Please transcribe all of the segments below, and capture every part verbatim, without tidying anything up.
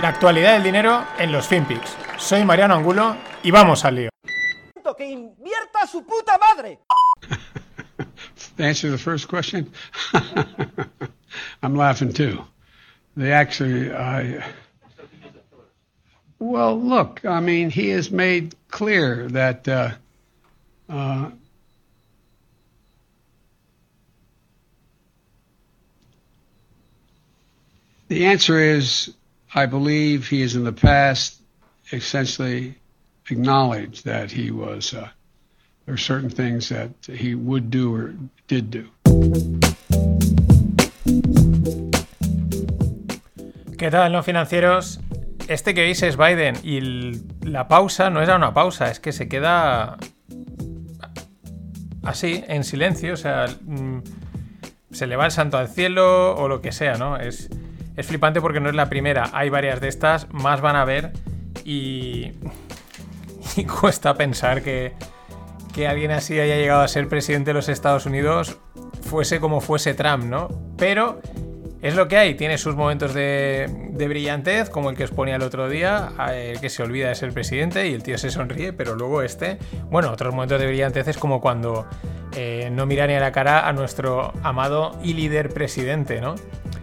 La actualidad del dinero en los FinPix. Soy Mariano Angulo y vamos al lío. Que invierta su puta madre. To answer the first question, I'm laughing too. They actually, I. Well, look, I mean, he has made clear that uh, uh, the answer is, I believe he has in the past essentially acknowledged that he was, uh, there are certain things that he would do or did do. ¿Qué tal, no financieros? Este que veis es Biden y el, la pausa no era una pausa, es que se queda así, en silencio, o sea, mmm, se le va el santo al cielo o lo que sea, ¿no? Es, es flipante porque no es la primera, hay varias de estas, más van a ver y, y cuesta pensar que, que alguien así haya llegado a ser presidente de los Estados Unidos, fuese como fuese Trump, ¿no? Pero es lo que hay, tiene sus momentos de, de brillantez, como el que os ponía el otro día, el que se olvida de ser presidente y el tío se sonríe, pero luego este... Bueno, otros momentos de brillantez es como cuando eh, no mira ni a la cara a nuestro amado y líder presidente, ¿no?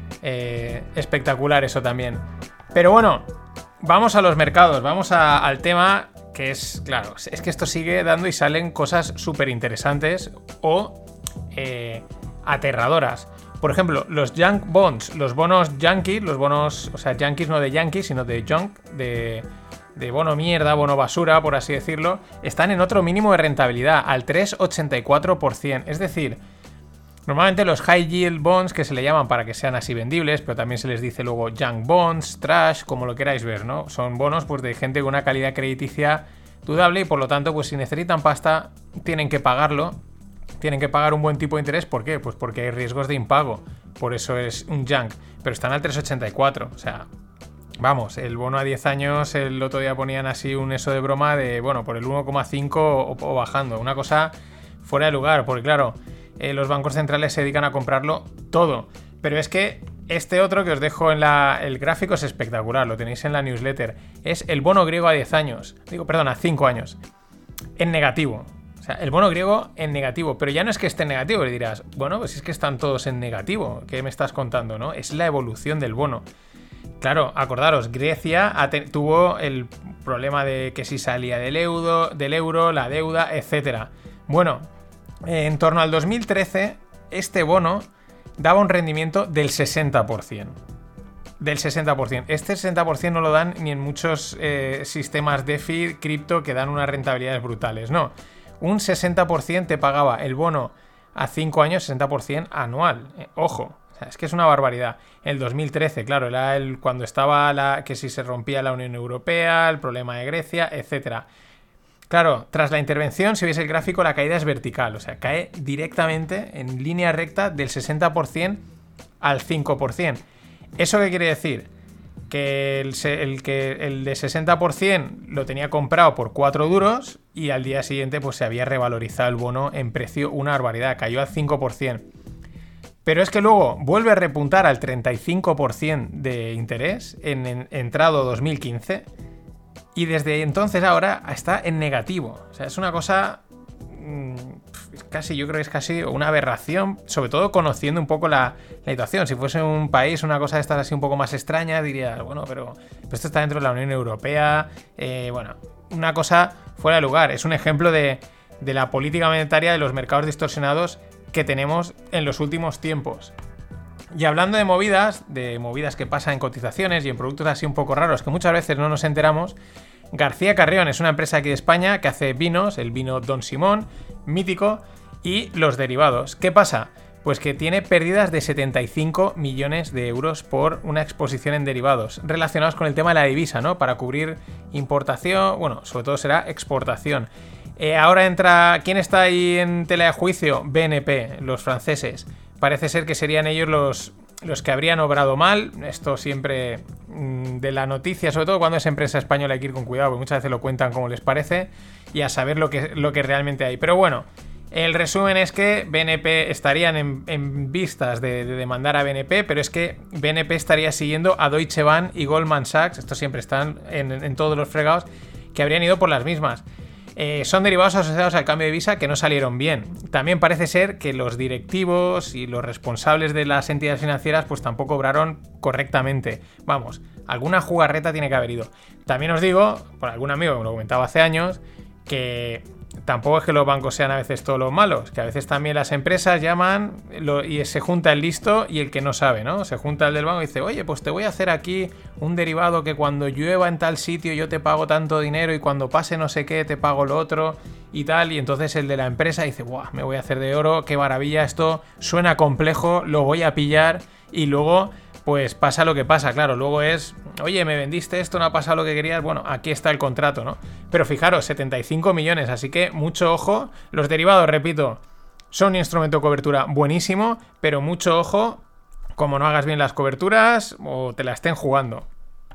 Eh, espectacular eso también. Pero bueno, vamos a los mercados, vamos a, al tema que es, claro, es que esto sigue dando y salen cosas súper interesantes o eh, aterradoras. Por ejemplo, los junk bonds, los bonos yankees, los bonos, o sea, yankees no de yankees, sino de junk, de, de bono mierda, bono basura, por así decirlo, están en otro mínimo de rentabilidad, al tres coma ochenta y cuatro por ciento. Es decir, normalmente los high yield bonds, que se le llaman para que sean así vendibles, pero también se les dice luego junk bonds, trash, como lo queráis ver, ¿no? Son bonos pues de gente con una calidad crediticia dudable y por lo tanto, pues si necesitan pasta, tienen que pagarlo. Tienen que pagar un buen tipo de interés. ¿Por qué? Pues porque hay riesgos de impago. Por eso es un junk. Pero están al tres coma ochenta y cuatro. O sea, vamos, el bono a diez años, el otro día ponían así un eso de broma de, bueno, por el uno coma cinco o, o bajando. Una cosa fuera de lugar. Porque claro, eh, los bancos centrales se dedican a comprarlo todo. Pero es que este otro que os dejo en la, el gráfico es espectacular. Lo tenéis en la newsletter. Es el bono griego a diez años. Digo, perdón, a cinco años. En negativo. O sea, el bono griego en negativo, pero ya no es que esté en negativo, le dirás, bueno, pues es que están todos en negativo, ¿qué me estás contando, no? Es la evolución del bono. Claro, acordaros, Grecia tuvo el problema de que si salía del euro, del euro, la deuda, etcétera. Bueno, en torno al dos mil trece, este bono daba un rendimiento del sesenta por ciento. Del sesenta por ciento. Este sesenta por ciento no lo dan ni en muchos eh, sistemas DeFi, cripto, que dan unas rentabilidades brutales, no. Un sesenta por ciento te pagaba el bono a cinco años, sesenta por ciento anual. Eh, ojo, o sea, es que es una barbaridad. El dos mil trece, claro, era el, cuando estaba la, que si se rompía la Unión Europea, el problema de Grecia, etcétera. Claro, tras la intervención, si veis el gráfico, la caída es vertical. O sea, cae directamente en línea recta del sesenta por ciento al cinco por ciento. ¿Eso qué quiere decir? Que el, el, que el de sesenta por ciento lo tenía comprado por cuatro duros y al día siguiente pues se había revalorizado el bono en precio una barbaridad, cayó al cinco por ciento. Pero es que luego vuelve a repuntar al treinta y cinco por ciento de interés en, en entrado dos mil quince y desde entonces ahora está en negativo. O sea, es una cosa mmm, casi, yo creo que es casi una aberración, sobre todo conociendo un poco la, la situación. Si fuese un país, una cosa de estas así un poco más extraña, diría, bueno, pero, pero esto está dentro de la Unión Europea, eh, bueno, una cosa fuera de lugar. Es un ejemplo de, de la política monetaria de los mercados distorsionados que tenemos en los últimos tiempos. Y hablando de movidas, de movidas que pasan en cotizaciones y en productos así un poco raros que muchas veces no nos enteramos, García Carrión es una empresa aquí de España que hace vinos, el vino Don Simón, mítico, y los derivados. ¿Qué pasa? Pues que tiene pérdidas de setenta y cinco millones de euros por una exposición en derivados relacionados con el tema de la divisa, ¿no? Para cubrir importación, bueno, sobre todo será exportación. Eh, ahora entra, ¿quién está ahí en tela de juicio? B N P, los franceses. Parece ser que serían ellos los, los que habrían obrado mal. Esto siempre mmm, de la noticia, sobre todo cuando es empresa española, hay que ir con cuidado, porque muchas veces lo cuentan como les parece y a saber lo que, lo que realmente hay. Pero bueno, El resumen es que B N P estarían en, en vistas de, de demandar a B N P, pero es que B N P estaría siguiendo a Deutsche Bank y Goldman Sachs, estos siempre están en, en todos los fregados, que habrían ido por las mismas. Eh, son derivados asociados al cambio de divisa que no salieron bien. También parece ser que los directivos y los responsables de las entidades financieras pues tampoco obraron correctamente. Vamos, alguna jugarreta tiene que haber ido. También os digo, por algún amigo que me lo comentaba hace años, que tampoco es que los bancos sean a veces todos los malos, que a veces también las empresas llaman lo, y se junta el listo y el que no sabe, ¿no? Se junta el del banco y dice, oye, pues te voy a hacer aquí un derivado que cuando llueva en tal sitio yo te pago tanto dinero y cuando pase no sé qué te pago lo otro y tal. Y entonces el de la empresa dice, ¡buah! Me voy a hacer de oro, qué maravilla, esto suena complejo, lo voy a pillar. Y luego pues pasa lo que pasa, claro, luego es, oye, me vendiste esto, no ha pasado lo que querías, bueno, aquí está el contrato, ¿no? Pero fijaros, setenta y cinco millones, así que mucho ojo. Los derivados, repito, son un instrumento de cobertura buenísimo, pero mucho ojo, como no hagas bien las coberturas o te la estén jugando.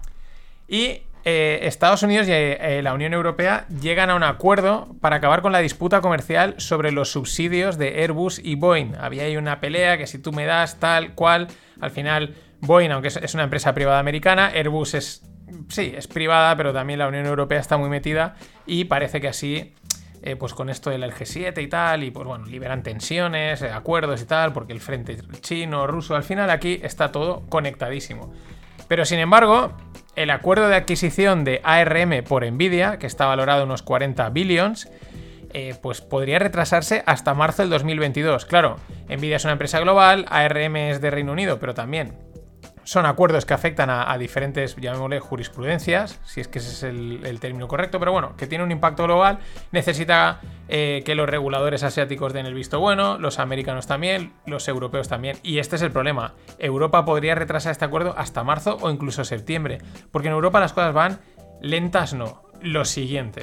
Y eh, Estados Unidos y eh, la Unión Europea llegan a un acuerdo para acabar con la disputa comercial sobre los subsidios de Airbus y Boeing. Había ahí una pelea que si tú me das tal cual, al final Boeing, aunque es una empresa privada americana, Airbus es, sí, es privada, pero también la Unión Europea está muy metida y parece que así, eh, pues con esto del G siete y tal, y pues bueno, liberan tensiones, eh, acuerdos y tal, porque el frente chino, ruso, al final aquí está todo conectadísimo. Pero sin embargo, el acuerdo de adquisición de A R M por Nvidia, que está valorado en unos cuarenta billions, Eh, pues podría retrasarse hasta marzo del dos mil veintidós. Claro, Nvidia es una empresa global, A R M es de Reino Unido, pero también son acuerdos que afectan a, a diferentes, llamémosle, jurisprudencias, si es que ese es el, el término correcto, pero bueno, que tiene un impacto global, necesita eh, que los reguladores asiáticos den el visto bueno, los americanos también, los europeos también, y este es el problema. Europa podría retrasar este acuerdo hasta marzo o incluso septiembre, porque en Europa las cosas van lentas, no. Lo siguiente.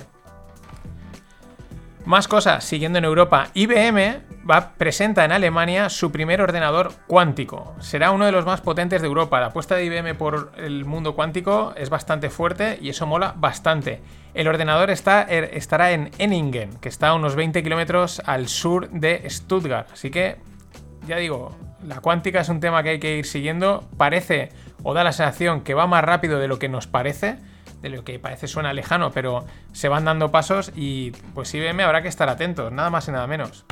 Más cosas, siguiendo en Europa, I B M va, presenta en Alemania su primer ordenador cuántico. Será uno de los más potentes de Europa. La apuesta de I B M por el mundo cuántico es bastante fuerte y eso mola bastante. El ordenador está, estará en Enningen, que está a unos veinte kilómetros al sur de Stuttgart. Así que, ya digo, la cuántica es un tema que hay que ir siguiendo. Parece, o da la sensación, que va más rápido de lo que nos parece. De lo que parece suena lejano, pero se van dando pasos y pues I B M habrá que estar atentos, nada más y nada menos.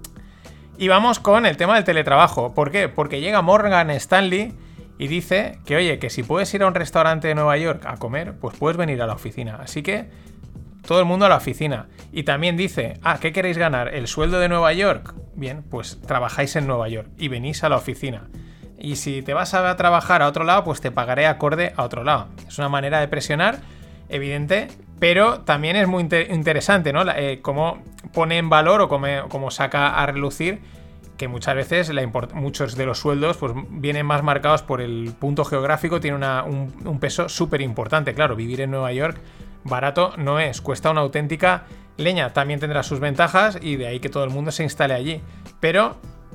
Y vamos con el tema del teletrabajo. ¿Por qué? Porque llega Morgan Stanley y dice que, oye, que si puedes ir a un restaurante de Nueva York a comer, pues puedes venir a la oficina. Así que todo el mundo a la oficina. Y también dice, ah, ¿qué queréis ganar? ¿El sueldo de Nueva York? Bien, pues trabajáis en Nueva York y venís a la oficina. Y si te vas a trabajar a otro lado, pues te pagaré acorde a otro lado. Es una manera de presionar, evidente, pero también es muy inter- interesante, ¿no? Eh, cómo pone en valor o cómo, cómo saca a relucir que muchas veces la import- muchos de los sueldos pues, vienen más marcados por el punto geográfico, tiene una, un, un peso súper importante. Claro, vivir en Nueva York barato no es, cuesta una auténtica leña. También tendrá sus ventajas y de ahí que todo el mundo se instale allí. Pero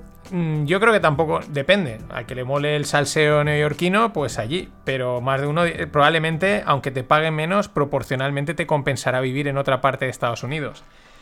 yo creo que tampoco depende. Al que le mole el salseo neoyorquino, pues allí. Pero más de uno, probablemente, aunque te paguen menos, proporcionalmente te compensará vivir en otra parte de Estados Unidos.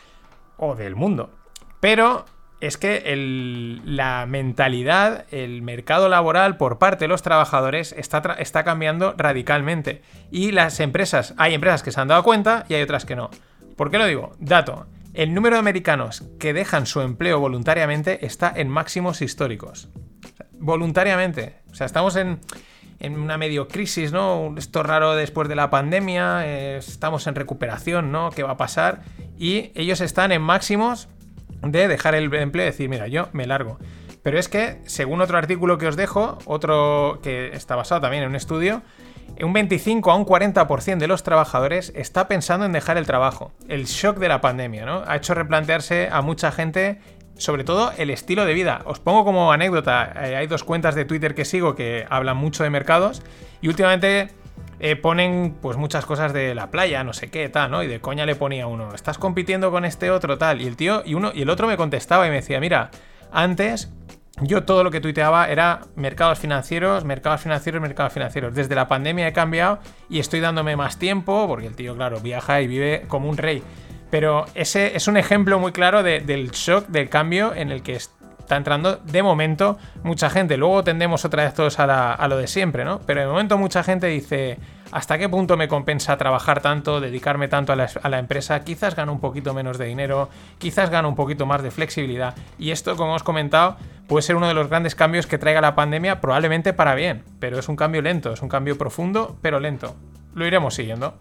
O del mundo. Pero es que el, la mentalidad, el mercado laboral por parte de los trabajadores está, tra- está cambiando radicalmente. Y las empresas, hay empresas que se han dado cuenta y hay otras que no. ¿Por qué lo digo? Dato. El número de americanos que dejan su empleo voluntariamente está en máximos históricos. Voluntariamente. O sea, estamos en, en una medio crisis, ¿no? Esto raro después de la pandemia. Eh, estamos en recuperación, ¿no? ¿Qué va a pasar? Y ellos están en máximos de dejar el empleo y decir, mira, yo me largo. Pero es que, según otro artículo que os dejo, otro que está basado también en un estudio, un veinticinco a un cuarenta por ciento de los trabajadores está pensando en dejar el trabajo. El shock de la pandemia, ¿no? Ha hecho replantearse a mucha gente, sobre todo el estilo de vida. Os pongo como anécdota, eh, hay dos cuentas de Twitter que sigo que hablan mucho de mercados y últimamente eh, ponen pues muchas cosas de la playa, no sé qué, tal, ¿no? Y de coña le ponía uno, estás compitiendo con este otro, tal. Y el tío, y uno, y el otro me contestaba y me decía, mira, antes yo todo lo que tuiteaba era mercados financieros, mercados financieros, mercados financieros. Desde la pandemia he cambiado y estoy dándome más tiempo, porque el tío, claro, viaja y vive como un rey. Pero ese es un ejemplo muy claro de, del shock, del cambio en el que está entrando de momento mucha gente. Luego tendemos otra vez todos a, la, a lo de siempre, ¿no? Pero de momento mucha gente dice, ¿hasta qué punto me compensa trabajar tanto, dedicarme tanto a la, a la empresa? Quizás gano un poquito menos de dinero, quizás gano un poquito más de flexibilidad. Y esto, como os he comentado, puede ser uno de los grandes cambios que traiga la pandemia, probablemente para bien. Pero es un cambio lento, es un cambio profundo, pero lento. Lo iremos siguiendo.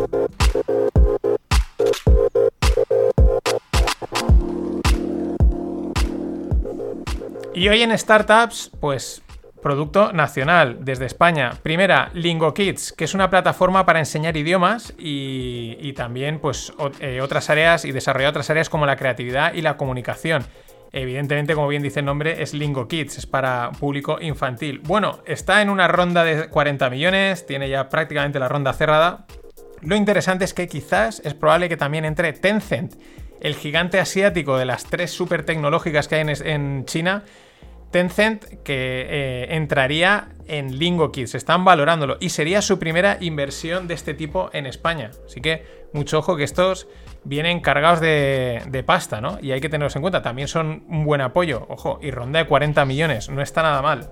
Y hoy en Startups, pues producto nacional desde España. Primera, LingoKids, que es una plataforma para enseñar idiomas y, y también pues o, eh, otras áreas y desarrollar otras áreas como la creatividad y la comunicación. Evidentemente, como bien dice el nombre, es LingoKids, es para público infantil. Bueno, está en una ronda de cuarenta millones, tiene ya prácticamente la ronda cerrada. Lo interesante es que quizás es probable que también entre Tencent, el gigante asiático de las tres super tecnológicas que hay en, en China. Tencent que eh, entraría en LingoKids, están valorándolo y sería su primera inversión de este tipo en España. Así que mucho ojo que estos vienen cargados de, de pasta, ¿no? Y hay que tenerlos en cuenta. También son un buen apoyo, ojo, y ronda de cuarenta millones, no está nada mal.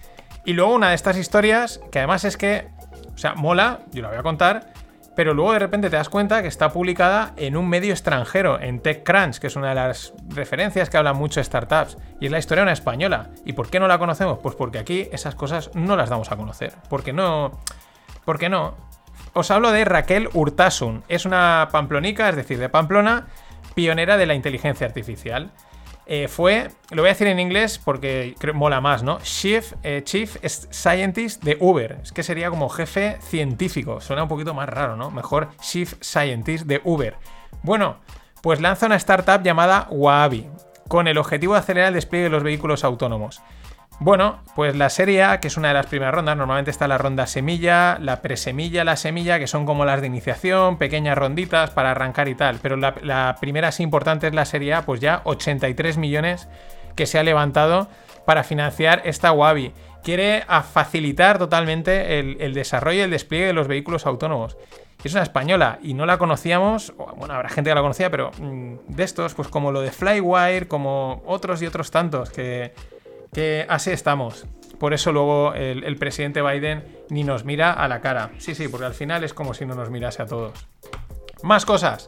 Y luego una de estas historias que además es que, o sea, mola, yo la voy a contar, pero luego de repente te das cuenta que está publicada en un medio extranjero, en TechCrunch, que es una de las referencias que hablan mucho de startups, y es la historia de una española. ¿Y por qué no la conocemos? Pues porque aquí esas cosas no las damos a conocer. Porque no... ¿Por qué no? Os hablo de Raquel Urtasun. Es una pamplonica, es decir, de Pamplona, pionera de la inteligencia artificial. Eh, fue, lo voy a decir en inglés porque creo, mola más, ¿no? Chief, eh, Chief Scientist de Uber. Es que sería como jefe científico. Suena un poquito más raro, ¿no? Mejor Chief Scientist de Uber. Bueno, pues lanza una startup llamada Waabi, con el objetivo de acelerar el despliegue de los vehículos autónomos. Bueno, pues la serie A, que es una de las primeras rondas, normalmente está la ronda semilla, la presemilla, la semilla, que son como las de iniciación, pequeñas ronditas para arrancar y tal, pero la, la primera así importante es la serie A, pues ya ochenta y tres millones que se ha levantado para financiar esta Waabi. Quiere a facilitar totalmente el, el desarrollo y el despliegue de los vehículos autónomos. Es una española y no la conocíamos, bueno, habrá gente que la conocía, pero mmm, de estos, pues como lo de Flywire, como otros y otros tantos que... que así estamos. Por eso luego el, el presidente Biden ni nos mira a la cara. Sí, sí, porque al final es como si no nos mirase a todos. Más cosas.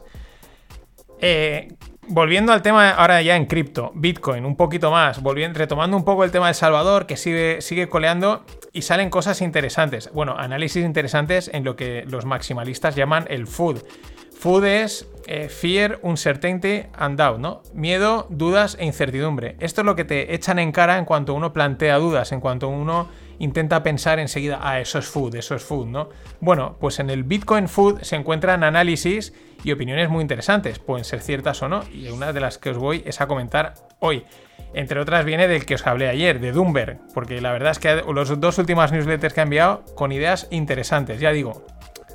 Eh, volviendo al tema ahora ya en cripto, Bitcoin, un poquito más. Volviendo, retomando un poco el tema de El Salvador, que sigue, sigue coleando y salen cosas interesantes. Bueno, análisis interesantes en lo que los maximalistas llaman el F U D. F U D es eh, Fear, Uncertainty and Doubt, ¿no? Miedo, dudas e incertidumbre. Esto es lo que te echan en cara en cuanto uno plantea dudas, en cuanto uno intenta pensar enseguida, ah, eso es F U D, eso es F U D, ¿no? Bueno, pues en el Bitcoin F U D se encuentran análisis y opiniones muy interesantes, pueden ser ciertas o no, y una de las que os voy es a comentar hoy. Entre otras viene del que os hablé ayer, de Bloomberg, porque la verdad es que los dos últimas newsletters que ha enviado con ideas interesantes, ya digo,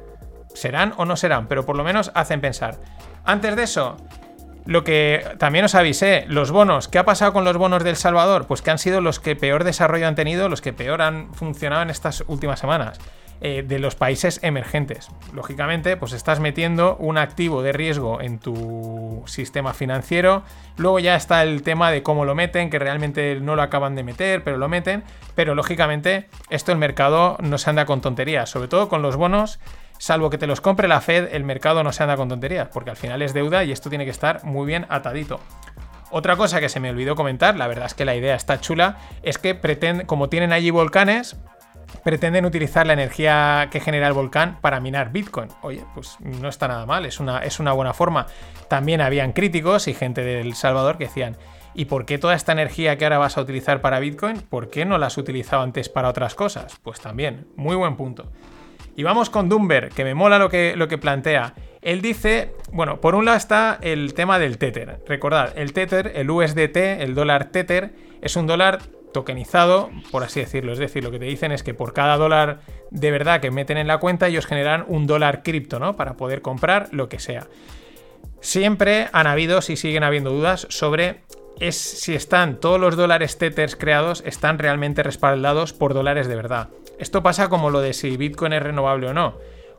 serán o no serán, pero por lo menos hacen pensar. Antes de eso, lo que también os avisé, los bonos. ¿Qué ha pasado con los bonos de El Salvador? Pues que han sido los que peor desarrollo han tenido, los que peor han funcionado en estas últimas semanas, eh, de los países emergentes. Lógicamente, pues estás metiendo un activo de riesgo en tu sistema financiero. Luego ya está el tema de cómo lo meten, que realmente no lo acaban de meter, pero lo meten. Pero lógicamente, esto el mercado no se anda con tonterías, sobre todo con los bonos. Salvo que te los compre la Fed, el mercado no se anda con tonterías, porque al final es deuda y esto tiene que estar muy bien atadito. Otra cosa que se me olvidó comentar, la verdad es que la idea está chula, es que pretenden, como tienen allí volcanes, pretenden utilizar la energía que genera el volcán para minar Bitcoin. Oye, pues no está nada mal, es una, es una buena forma. También habían críticos y gente de El Salvador que decían, ¿y por qué toda esta energía que ahora vas a utilizar para Bitcoin, por qué no la has utilizado antes para otras cosas? Pues también, muy buen punto. Y vamos con Bloomberg, que me mola lo que, lo que plantea. Él dice, bueno, por un lado está el tema del Tether. Recordad, el Tether, el U S D T, el dólar Tether, es un dólar tokenizado, por así decirlo. Es decir, lo que te dicen es que por cada dólar de verdad que meten en la cuenta, ellos generan un dólar cripto, ¿no? Para poder comprar lo que sea. Siempre han habido, si siguen habiendo dudas, sobre es si están todos los dólares Tethers creados, están realmente respaldados por dólares de verdad. Esto pasa como lo de si Bitcoin es renovable o no.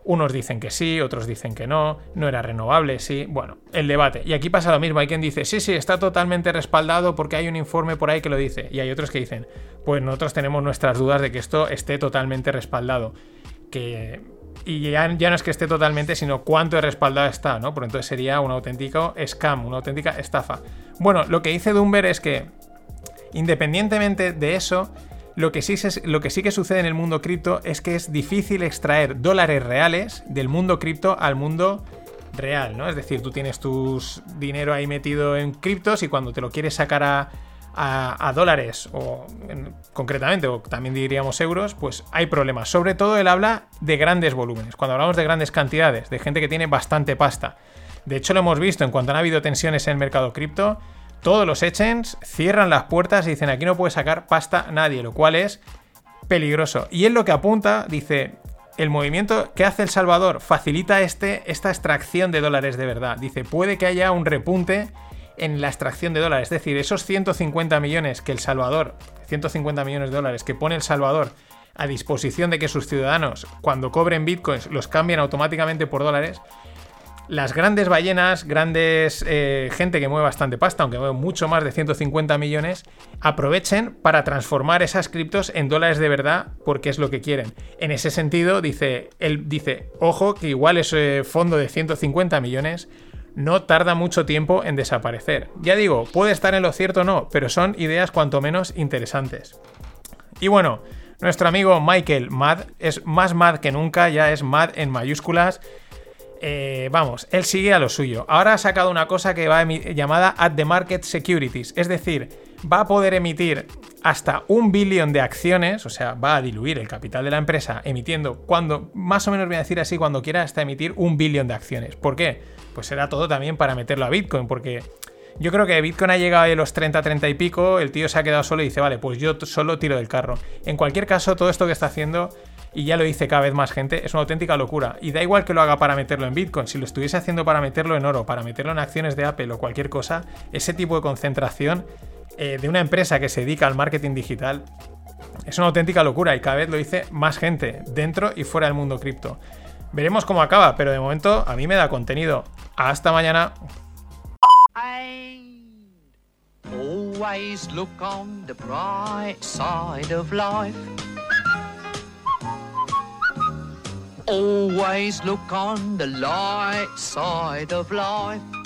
Unos dicen que sí, otros dicen que no, no era renovable, sí. Bueno, el debate. Y aquí pasa lo mismo, hay quien dice, sí, sí, está totalmente respaldado porque hay un informe por ahí que lo dice. Y hay otros que dicen, pues nosotros tenemos nuestras dudas de que esto esté totalmente respaldado. Que... Y ya, ya no es que esté totalmente, sino cuánto de respaldado está, ¿no? Por entonces sería un auténtico scam, una auténtica estafa. Bueno, lo que dice Dumber es que, independientemente de eso, Lo que, sí se, lo que sí que sucede en el mundo cripto es que es difícil extraer dólares reales del mundo cripto al mundo real, ¿no? Es decir, tú tienes tu dinero ahí metido en criptos y cuando te lo quieres sacar a, a, a dólares, o en, concretamente, o también diríamos euros, pues hay problemas. Sobre todo él habla de grandes volúmenes. Cuando hablamos de grandes cantidades, de gente que tiene bastante pasta. De hecho, lo hemos visto en cuanto han habido tensiones en el mercado cripto. Todos los exchanges cierran las puertas y dicen aquí no puede sacar pasta nadie, lo cual es peligroso. Y él lo que apunta, dice, el movimiento que hace El Salvador facilita este, esta extracción de dólares de verdad. Dice, puede que haya un repunte en la extracción de dólares. Es decir, esos ciento cincuenta millones que El Salvador, ciento cincuenta millones de dólares que pone El Salvador a disposición de que sus ciudadanos, cuando cobren bitcoins, los cambien automáticamente por dólares. Las grandes ballenas, grandes eh, gente que mueve bastante pasta, aunque mueve mucho más de ciento cincuenta millones, aprovechen para transformar esas criptos en dólares de verdad porque es lo que quieren. En ese sentido, dice, él dice, ojo, que igual ese fondo de ciento cincuenta millones no tarda mucho tiempo en desaparecer. Ya digo, puede estar en lo cierto o no, pero son ideas cuanto menos interesantes. Y bueno, nuestro amigo Michael Mad es más mad que nunca, ya es mad en mayúsculas. Eh, vamos, él sigue a lo suyo. Ahora ha sacado una cosa que va llamada At the Market Securities, es decir, va a poder emitir hasta un billón de acciones, o sea, va a diluir el capital de la empresa emitiendo cuando, más o menos voy a decir así, cuando quiera hasta emitir un billón de acciones. ¿Por qué? Pues será todo también para meterlo a Bitcoin, porque yo creo que Bitcoin ha llegado a los treinta, treinta y pico, el tío se ha quedado solo y dice, vale, pues yo solo tiro del carro. En cualquier caso, todo esto que está haciendo, y ya lo dice cada vez más gente, es una auténtica locura. Y da igual que lo haga para meterlo en Bitcoin, si lo estuviese haciendo para meterlo en oro, para meterlo en acciones de Apple o cualquier cosa, ese tipo de concentración eh, de una empresa que se dedica al marketing digital es una auténtica locura y cada vez lo dice más gente, dentro y fuera del mundo cripto. Veremos cómo acaba, pero de momento a mí me da contenido. Hasta mañana. Always look on the bright side of life. Always look on the light side of life.